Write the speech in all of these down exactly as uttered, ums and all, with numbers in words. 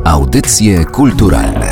Audycje kulturalne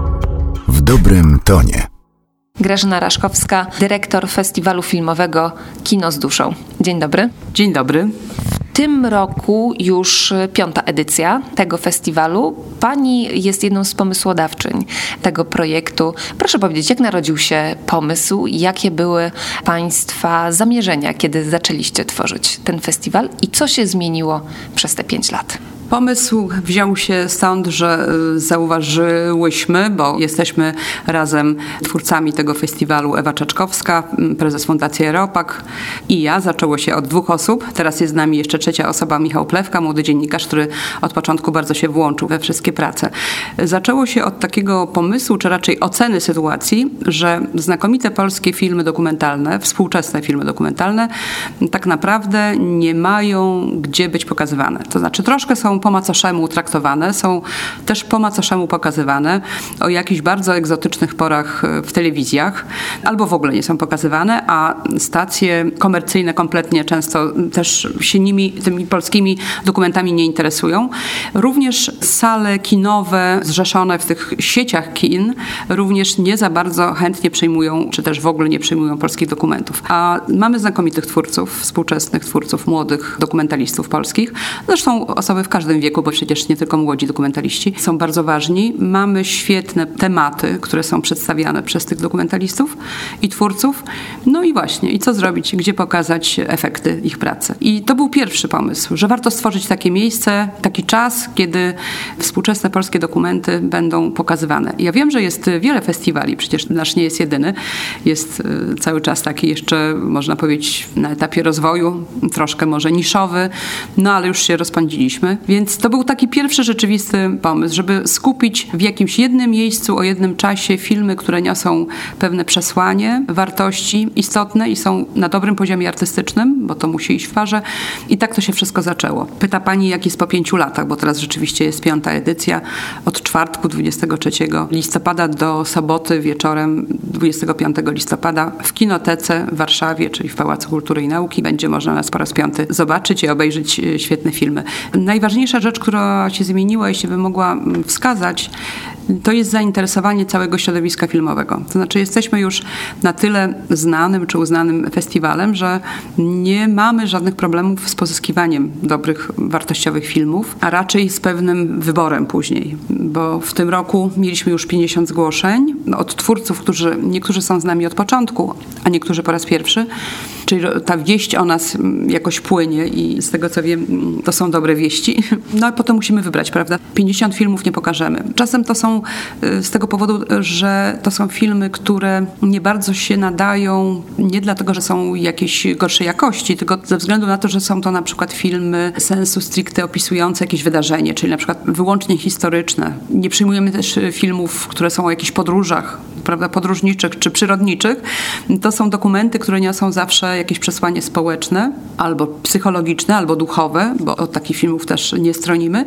w dobrym tonie. Grażyna Raszkowska, dyrektor festiwalu filmowego Kino z duszą. Dzień dobry. Dzień dobry. W tym roku już piąta edycja tego festiwalu. Pani jest jedną z pomysłodawczyń tego projektu. Proszę powiedzieć, jak narodził się pomysł, jakie były Państwa zamierzenia, kiedy zaczęliście tworzyć ten festiwal i co się zmieniło przez te pięć lat? Pomysł wziął się stąd, że zauważyłyśmy, bo jesteśmy razem twórcami tego festiwalu, Ewa Czaczkowska, prezes Fundacji Aeropak i ja. Zaczęło się od dwóch osób. Teraz jest z nami jeszcze trzecia osoba, Michał Plewka, młody dziennikarz, który od początku bardzo się włączył we wszystkie prace. Zaczęło się od takiego pomysłu, czy raczej oceny sytuacji, że znakomite polskie filmy dokumentalne, współczesne filmy dokumentalne tak naprawdę nie mają gdzie być pokazywane. To znaczy troszkę są po macoszemu traktowane, są też po macoszemu pokazywane o jakichś bardzo egzotycznych porach w telewizjach, albo w ogóle nie są pokazywane, a stacje komercyjne kompletnie często też się nimi, tymi polskimi dokumentami nie interesują. Również sale kinowe zrzeszone w tych sieciach kin również nie za bardzo chętnie przyjmują, czy też w ogóle nie przyjmują polskich dokumentów. A mamy znakomitych twórców, współczesnych twórców, młodych dokumentalistów polskich. Zresztą osoby w każdym wieku, bo przecież nie tylko młodzi dokumentaliści są bardzo ważni. Mamy świetne tematy, które są przedstawiane przez tych dokumentalistów i twórców. No i właśnie, i co zrobić, gdzie pokazać efekty ich pracy. I to był pierwszy pomysł, że warto stworzyć takie miejsce, taki czas, kiedy współczesne polskie dokumenty będą pokazywane. Ja wiem, że jest wiele festiwali, przecież nasz nie jest jedyny. Jest cały czas taki jeszcze, można powiedzieć, na etapie rozwoju, troszkę może niszowy, no ale już się rozpędziliśmy. Więc to był taki pierwszy rzeczywisty pomysł, żeby skupić w jakimś jednym miejscu, o jednym czasie filmy, które niosą pewne przesłanie, wartości istotne i są na dobrym poziomie artystycznym, bo to musi iść w parze. I tak to się wszystko zaczęło. Pyta pani, jak jest po pięciu latach, bo teraz rzeczywiście jest piąta edycja. Od czwartku dwudziestego trzeciego listopada do soboty wieczorem dwudziestego piątego listopada w Kinotece w Warszawie, czyli w Pałacu Kultury i Nauki. Będzie można nas po raz piąty zobaczyć i obejrzeć świetne filmy. Najważniejsza rzecz, która się zmieniła, jeśli bym mogła wskazać, to jest zainteresowanie całego środowiska filmowego. To znaczy jesteśmy już na tyle znanym czy uznanym festiwalem, że nie mamy żadnych problemów z pozyskiwaniem dobrych, wartościowych filmów, a raczej z pewnym wyborem później. Bo w tym roku mieliśmy już pięćdziesiąt zgłoszeń od twórców, którzy niektórzy są z nami od początku, a niektórzy po raz pierwszy. Czyli ta wieść o nas jakoś płynie i z tego co wiem, to są dobre wieści. No a potem musimy wybrać, prawda? pięćdziesiąt filmów nie pokażemy. Czasem to są z tego powodu, że to są filmy, które nie bardzo się nadają, nie dlatego, że są jakiejś gorszej jakości, tylko ze względu na to, że są to na przykład filmy sensu stricte opisujące jakieś wydarzenie, czyli na przykład wyłącznie historyczne. Nie przyjmujemy też filmów, które są o jakichś podróżach, prawda, podróżniczych czy przyrodniczych. To są dokumenty, które niosą zawsze jakieś przesłanie społeczne, albo psychologiczne, albo duchowe, bo od takich filmów też nie stronimy.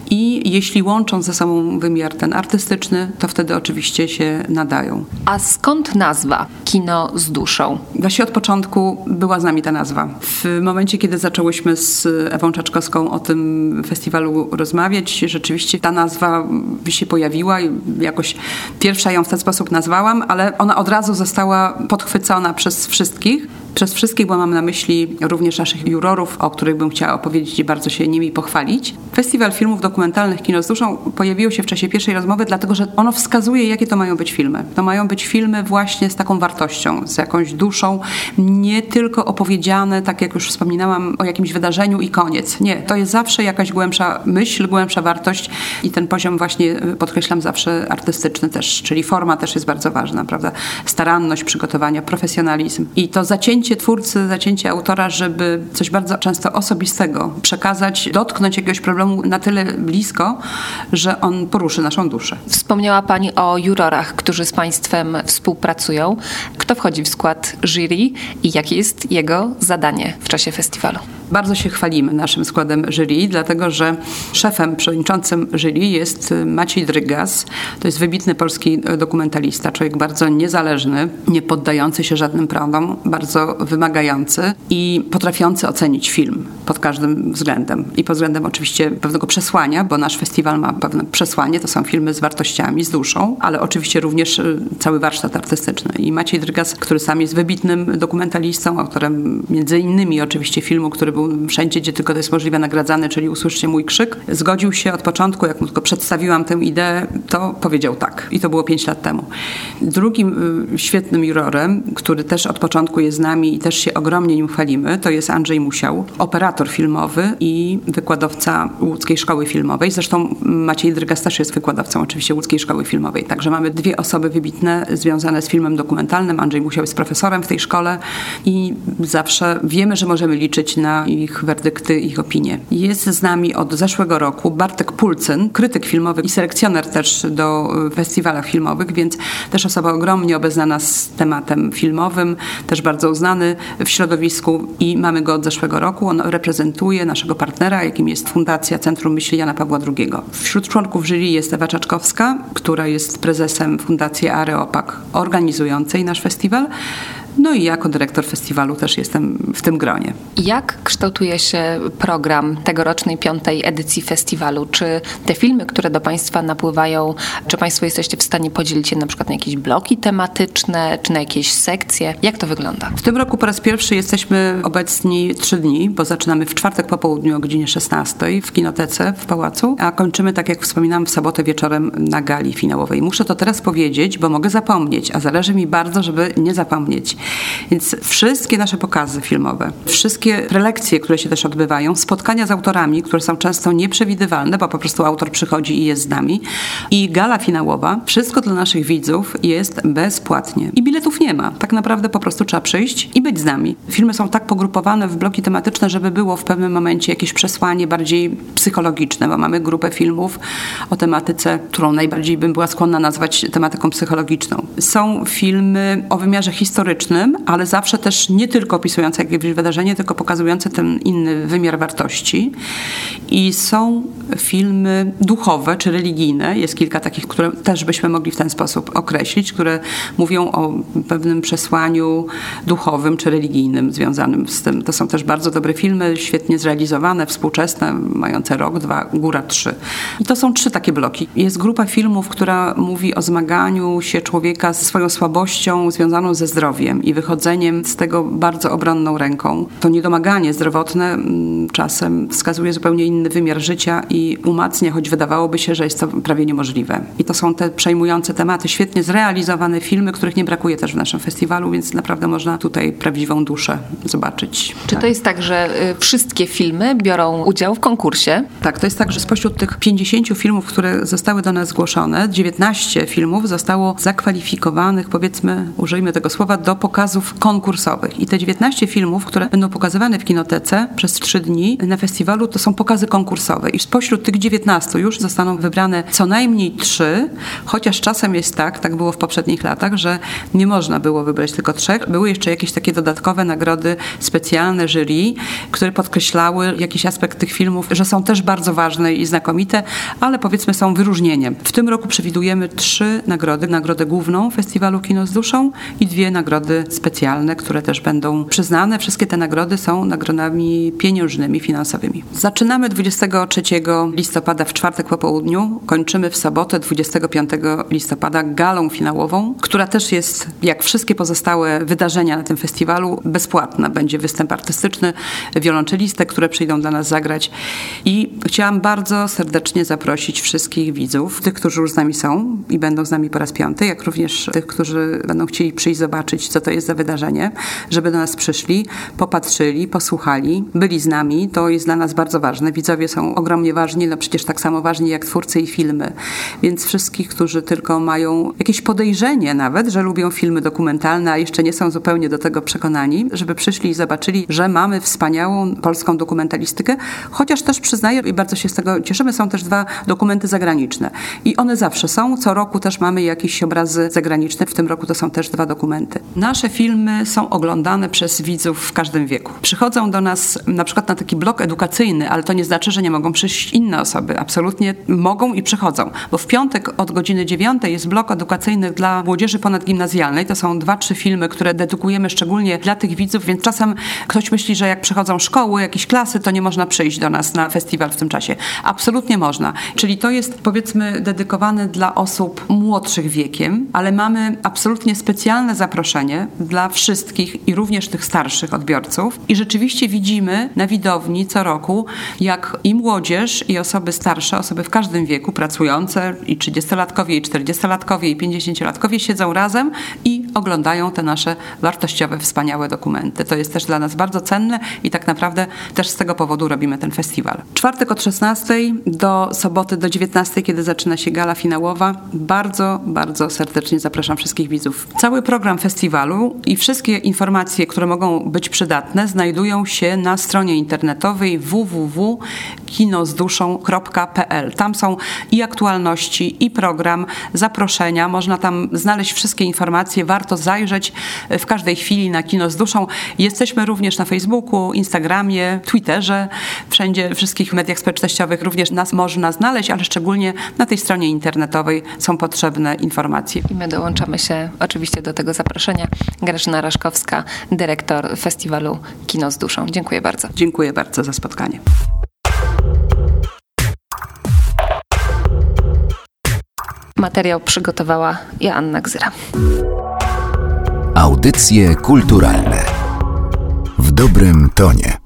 I jeśli łączą ze sobą wymiar ten artystyczny, to wtedy oczywiście się nadają. A skąd nazwa Kino z duszą? Właśnie od początku była z nami ta nazwa. W momencie, kiedy zaczęłyśmy z Ewą Czaczkowską o tym festiwalu rozmawiać, rzeczywiście ta nazwa się pojawiła i jakoś pierwsza ją w ten sposób nazwałam, ale ona od razu została podchwycona przez wszystkich. Przez wszystkich, bo mam na myśli również naszych jurorów, o których bym chciała opowiedzieć i bardzo się nimi pochwalić. Festiwal Filmów Dokumentalnych Kino z duszą pojawiło się w czasie pierwszej rozmowy, dlatego że ono wskazuje, jakie to mają być filmy. To mają być filmy właśnie z taką wartością, z jakąś duszą, nie tylko opowiedziane, tak jak już wspominałam, o jakimś wydarzeniu i koniec. Nie, to jest zawsze jakaś głębsza myśl, głębsza wartość i ten poziom właśnie, podkreślam, zawsze artystyczny też, czyli forma też jest bardzo ważna, prawda? Staranność przygotowania, profesjonalizm i to zacięcie twórcy, zacięcie autora, żeby coś bardzo często osobistego przekazać, dotknąć jakiegoś problemu na tyle blisko, że on poruszy naszą duszę. Wspomniała pani o jurorach, którzy z Państwem współpracują. Kto wchodzi w skład jury i jakie jest jego zadanie w czasie festiwalu? Bardzo się chwalimy naszym składem jury, dlatego że szefem, przewodniczącym jury jest Maciej Drygas. To jest wybitny polski dokumentalista, człowiek bardzo niezależny, nie poddający się żadnym prawom, bardzo wymagający i potrafiący ocenić film pod każdym względem. I pod względem oczywiście pewnego przesłania, bo nasz festiwal ma pewne przesłanie, to są filmy z wartościami, z duszą, ale oczywiście również cały warsztat artystyczny. I Maciej Drygas, który sam jest wybitnym dokumentalistą, autorem między innymi oczywiście filmu, który był wszędzie, gdzie tylko to jest możliwe, nagradzany, czyli Usłyszcie mój krzyk, zgodził się od początku, jak mu tylko przedstawiłam tę ideę, to powiedział tak. I to było pięć lat temu. Drugim y, świetnym jurorem, który też od początku jest z nami i też się ogromnie nim chwalimy, to jest Andrzej Musiał, operator filmowy i wykładowca Łódzkiej Szkoły Filmowej. Zresztą Maciej Drygas też jest wykładowcą oczywiście Łódzkiej Szkoły Filmowej. Także mamy dwie osoby wybitne związane z filmem dokumentalnym. Andrzej Musiał jest profesorem w tej szkole i zawsze wiemy, że możemy liczyć na ich werdykty, ich opinie. Jest z nami od zeszłego roku Bartek Pulcyn, krytyk filmowy i selekcjoner też do festiwalach filmowych, więc też osoba ogromnie obeznana z tematem filmowym, też bardzo uznany w środowisku i mamy go od zeszłego roku. On reprezentuje naszego partnera, jakim jest Fundacja Centrum Myśli Jana Pawła drugiego. Wśród członków jury jest Ewa Czaczkowska, która jest prezesem Fundacji Areopag organizującej nasz festiwal. No i jako dyrektor festiwalu też jestem w tym gronie. Jak kształtuje się program tegorocznej piątej edycji festiwalu? Czy te filmy, które do Państwa napływają, czy Państwo jesteście w stanie podzielić się na przykład na jakieś bloki tematyczne, czy na jakieś sekcje? Jak to wygląda? W tym roku po raz pierwszy jesteśmy obecni trzy dni, bo zaczynamy w czwartek po południu o godzinie szesnastej w Kinotece w Pałacu, a kończymy, tak jak wspominałam, w sobotę wieczorem na gali finałowej. Muszę to teraz powiedzieć, bo mogę zapomnieć, a zależy mi bardzo, żeby nie zapomnieć. Więc wszystkie nasze pokazy filmowe, wszystkie prelekcje, które się też odbywają, spotkania z autorami, które są często nieprzewidywalne, bo po prostu autor przychodzi i jest z nami, i gala finałowa, wszystko dla naszych widzów jest bezpłatnie. I biletów nie ma. Tak naprawdę po prostu trzeba przyjść i być z nami. Filmy są tak pogrupowane w bloki tematyczne, żeby było w pewnym momencie jakieś przesłanie bardziej psychologiczne, bo mamy grupę filmów o tematyce, którą najbardziej bym była skłonna nazwać tematyką psychologiczną. Są filmy o wymiarze historycznym, ale zawsze też nie tylko opisujące jakieś wydarzenie, tylko pokazujące ten inny wymiar wartości. I są filmy duchowe czy religijne. Jest kilka takich, które też byśmy mogli w ten sposób określić, które mówią o pewnym przesłaniu duchowym czy religijnym związanym z tym. To są też bardzo dobre filmy, świetnie zrealizowane, współczesne, mające rok, dwa, góra trzy. I to są trzy takie bloki. Jest grupa filmów, która mówi o zmaganiu się człowieka ze swoją słabością związaną ze zdrowiem i wychodzeniem z tego bardzo obronną ręką. To niedomaganie zdrowotne czasem wskazuje zupełnie inny wymiar życia i umacnia, choć wydawałoby się, że jest to prawie niemożliwe. I to są te przejmujące tematy, świetnie zrealizowane filmy, których nie brakuje też w naszym festiwalu, więc naprawdę można tutaj prawdziwą duszę zobaczyć. Czy tak. to jest tak, że wszystkie filmy biorą udział w konkursie? Tak, to jest tak, że spośród tych pięćdziesięciu filmów, które zostały do nas zgłoszone, dziewiętnaście filmów zostało zakwalifikowanych, powiedzmy, użyjmy tego słowa, do pokazów konkursowych. I te dziewiętnaście filmów, które będą pokazywane w Kinotece przez trzy dni na festiwalu, to są pokazy konkursowe. I spośród tych dziewiętnastu już zostaną wybrane co najmniej trzy, chociaż czasem jest tak, tak było w poprzednich latach, że nie można było wybrać tylko trzech. Były jeszcze jakieś takie dodatkowe nagrody specjalne jury, które podkreślały jakiś aspekt tych filmów, że są też bardzo ważne i znakomite, ale powiedzmy są wyróżnieniem. W tym roku przewidujemy trzy nagrody. Nagrodę główną Festiwalu Kino z Duszą i dwie nagrody specjalne, które też będą przyznane. Wszystkie te nagrody są nagrodami pieniężnymi, finansowymi. Zaczynamy dwudziestego trzeciego listopada w czwartek po południu. Kończymy w sobotę dwudziestego piątego listopada galą finałową, która też jest, jak wszystkie pozostałe wydarzenia na tym festiwalu, bezpłatna. Będzie występ artystyczny, wiolonczelistek, które przyjdą dla nas zagrać. I chciałam bardzo serdecznie zaprosić wszystkich widzów, tych, którzy już z nami są i będą z nami po raz piąty, jak również tych, którzy będą chcieli przyjść zobaczyć, co to jest za wydarzenie, żeby do nas przyszli, popatrzyli, posłuchali, byli z nami. To jest dla nas bardzo ważne. Widzowie są ogromnie ważni, no przecież tak samo ważni jak twórcy i filmy. Więc wszystkich, którzy tylko mają jakieś podejrzenie nawet, że lubią filmy dokumentalne, a jeszcze nie są zupełnie do tego przekonani, żeby przyszli i zobaczyli, że mamy wspaniałą polską dokumentalistykę, chociaż też przyznaję i bardzo się z tego cieszymy, są też dwa dokumenty zagraniczne. I one zawsze są. Co roku też mamy jakieś obrazy zagraniczne. W tym roku to są też dwa dokumenty. Nasze filmy są oglądane przez widzów w każdym wieku. Przychodzą do nas na przykład na taki blok edukacyjny, ale to nie znaczy, że nie mogą przyjść inne osoby. Absolutnie mogą i przychodzą. Bo w piątek od godziny dziewiątej jest blok edukacyjny dla młodzieży ponadgimnazjalnej. To są dwa, trzy filmy, które dedykujemy szczególnie dla tych widzów, więc czasem ktoś myśli, że jak przychodzą szkoły, jakieś klasy, to nie można przyjść do nas na festiwal w tym czasie. Absolutnie można. Czyli to jest, powiedzmy, dedykowane dla osób młodszych wiekiem, ale mamy absolutnie specjalne zaproszenie dla wszystkich i również tych starszych odbiorców. I rzeczywiście widzimy na widowni co roku, jak i młodzież, i osoby starsze, osoby w każdym wieku, pracujące, i trzydziestolatkowie, i czterdziestolatkowie, i pięćdziesięciolatkowie siedzą razem i oglądają te nasze wartościowe, wspaniałe dokumenty. To jest też dla nas bardzo cenne i tak naprawdę też z tego powodu robimy ten festiwal. Czwartek od szesnastej do soboty do dziewiętnastej, kiedy zaczyna się gala finałowa. Bardzo, bardzo serdecznie zapraszam wszystkich widzów. Cały program festiwalu i wszystkie informacje, które mogą być przydatne, znajdują się na stronie internetowej w w w kropka kino z duszą kropka p l. Tam są i aktualności, i program, zaproszenia. Można tam znaleźć wszystkie informacje. Warto zajrzeć w każdej chwili na Kino z duszą. Jesteśmy również na Facebooku, Instagramie, Twitterze, wszędzie, wszystkich mediach społecznościowych również nas można znaleźć, ale szczególnie na tej stronie internetowej są potrzebne informacje. I my dołączamy się oczywiście do tego zaproszenia. Grażyna Raszkowska, dyrektor festiwalu Kino z duszą. Dziękuję bardzo. Dziękuję bardzo za spotkanie. Materiał przygotowała Joanna Gzyra. Audycje kulturalne w dobrym tonie.